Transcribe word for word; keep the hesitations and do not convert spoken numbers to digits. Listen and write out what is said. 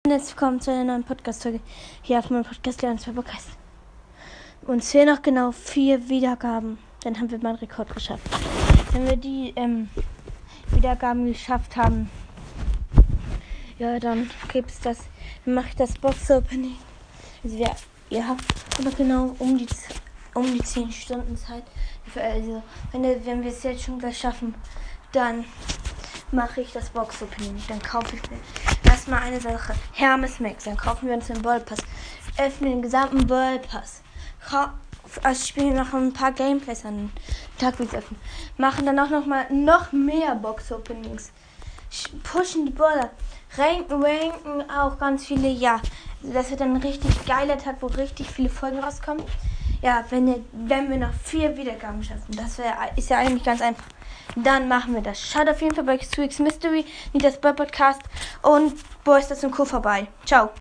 und herzlich willkommen zu einer neuen Podcast-Folge hier auf meinem Podcast Leons Podcast. Uns fehlen noch genau vier Wiedergaben, dann haben wir mal einen Rekord geschafft. Wenn wir die ähm, Wiedergaben geschafft haben, ja, dann gibt's das, dann mache ich das Box-Opening. Also wir, ihr habt aber genau um die um die zehn Stunden Zeit. Also wenn, wenn wir es jetzt schon gleich schaffen, dann mache ich das Box-Opening. Dann kaufe ich mir erstmal eine Sache. Hermes Max. Dann kaufen wir uns den Ballpass. Öffnen den gesamten Ballpass. Also spielen noch ein paar Gameplays an den Tag, wie es öffnen. Machen dann auch noch mal noch mehr Box-Openings. Pushen die Baller. Ranken, ranken auch ganz viele. Ja, das wird dann ein richtig geiler Tag, wo richtig viele Folgen rauskommen. Ja, wenn, ihr, wenn wir noch vier Wiedergaben schaffen, das wär, ist ja eigentlich ganz einfach. Dann machen wir das. Schaut auf jeden Fall bei X two X Mystery, nicht das Podcast und Boys das und Co. vorbei. Ciao.